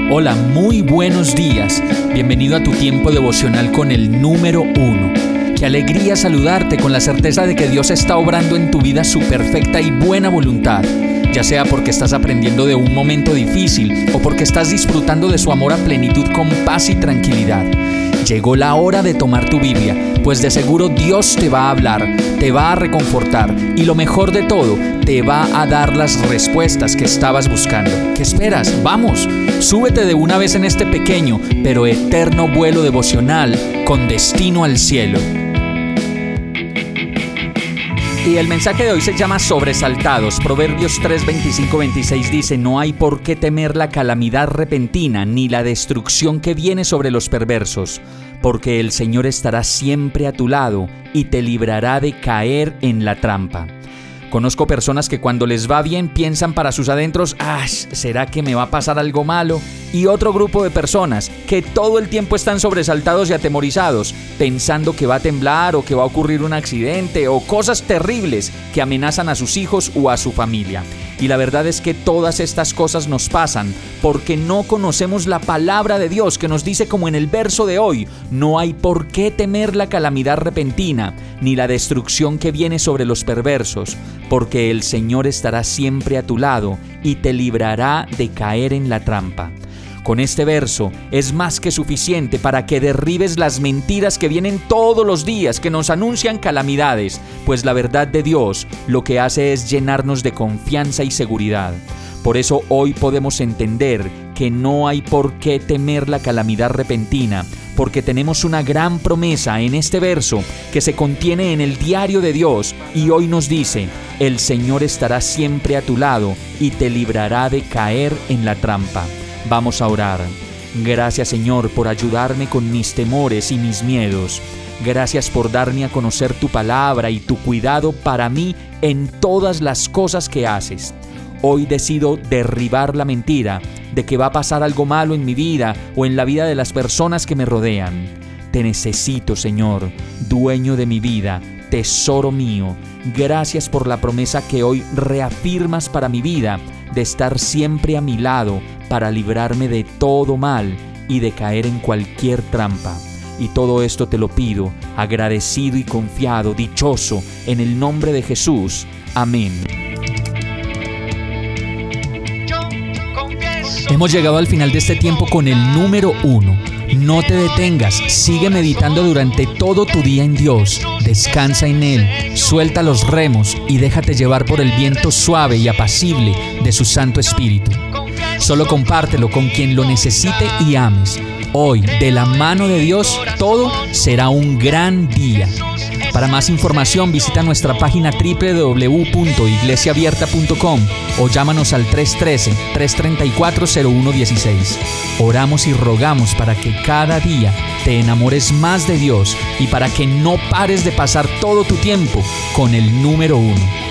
Hola, muy buenos días. Bienvenido a tu tiempo devocional con el número 1. Qué alegría saludarte con la certeza de que Dios está obrando en tu vida su perfecta y buena voluntad. Ya sea porque estás aprendiendo de un momento difícil o porque estás disfrutando de su amor a plenitud con paz y tranquilidad. Llegó la hora de tomar tu Biblia, pues de seguro Dios te va a hablar, te va a reconfortar y lo mejor de todo, te va a dar las respuestas que estabas buscando. ¿Qué esperas? ¡Vamos! Súbete de una vez en este pequeño pero eterno vuelo devocional con destino al cielo. Y el mensaje de hoy se llama Sobresaltados. Proverbios 3:25-26 dice: No hay por qué temer la calamidad repentina, ni la destrucción que viene sobre los perversos, porque el Señor estará siempre a tu lado y te librará de caer en la trampa. Conozco personas que cuando les va bien piensan para sus adentros: ¿será que me va a pasar algo malo? Y otro grupo de personas que todo el tiempo están sobresaltados y atemorizados, pensando que va a temblar o que va a ocurrir un accidente o cosas terribles que amenazan a sus hijos o a su familia. Y la verdad es que todas estas cosas nos pasan porque no conocemos la palabra de Dios, que nos dice, como en el verso de hoy: no hay por qué temer la calamidad repentina, ni la destrucción que viene sobre los perversos, porque el Señor estará siempre a tu lado y te librará de caer en la trampa. Con este verso es más que suficiente para que derribes las mentiras que vienen todos los días, que nos anuncian calamidades, pues la verdad de Dios lo que hace es llenarnos de confianza y seguridad. Por eso hoy podemos entender que no hay por qué temer la calamidad repentina, porque tenemos una gran promesa en este verso que se contiene en el diario de Dios y hoy nos dice: el Señor estará siempre a tu lado y te librará de caer en la trampa. Vamos a orar. Gracias, Señor, por ayudarme con mis temores y mis miedos. Gracias por darme a conocer tu palabra y tu cuidado para mí en todas las cosas que haces. Hoy decido derribar la mentira de que va a pasar algo malo en mi vida o en la vida de las personas que me rodean. Te necesito, Señor, dueño de mi vida, tesoro mío. Gracias por la promesa que hoy reafirmas para mi vida, de estar siempre a mi lado para librarme de todo mal y de caer en cualquier trampa. Y todo esto te lo pido, agradecido y confiado, dichoso, en el nombre de Jesús. Amén. Hemos llegado al final de este tiempo con el número 1. No te detengas, sigue meditando durante todo tu día en Dios. Descansa en Él, suelta los remos y déjate llevar por el viento suave y apacible de su Santo Espíritu. Solo compártelo con quien lo necesite y ames. Hoy, de la mano de Dios, todo será un gran día. Para más información, visita nuestra página www.iglesiaabierta.com o llámanos al 313-334-0116. Oramos y rogamos para que cada día te enamores más de Dios y para que no pares de pasar todo tu tiempo con el número 1.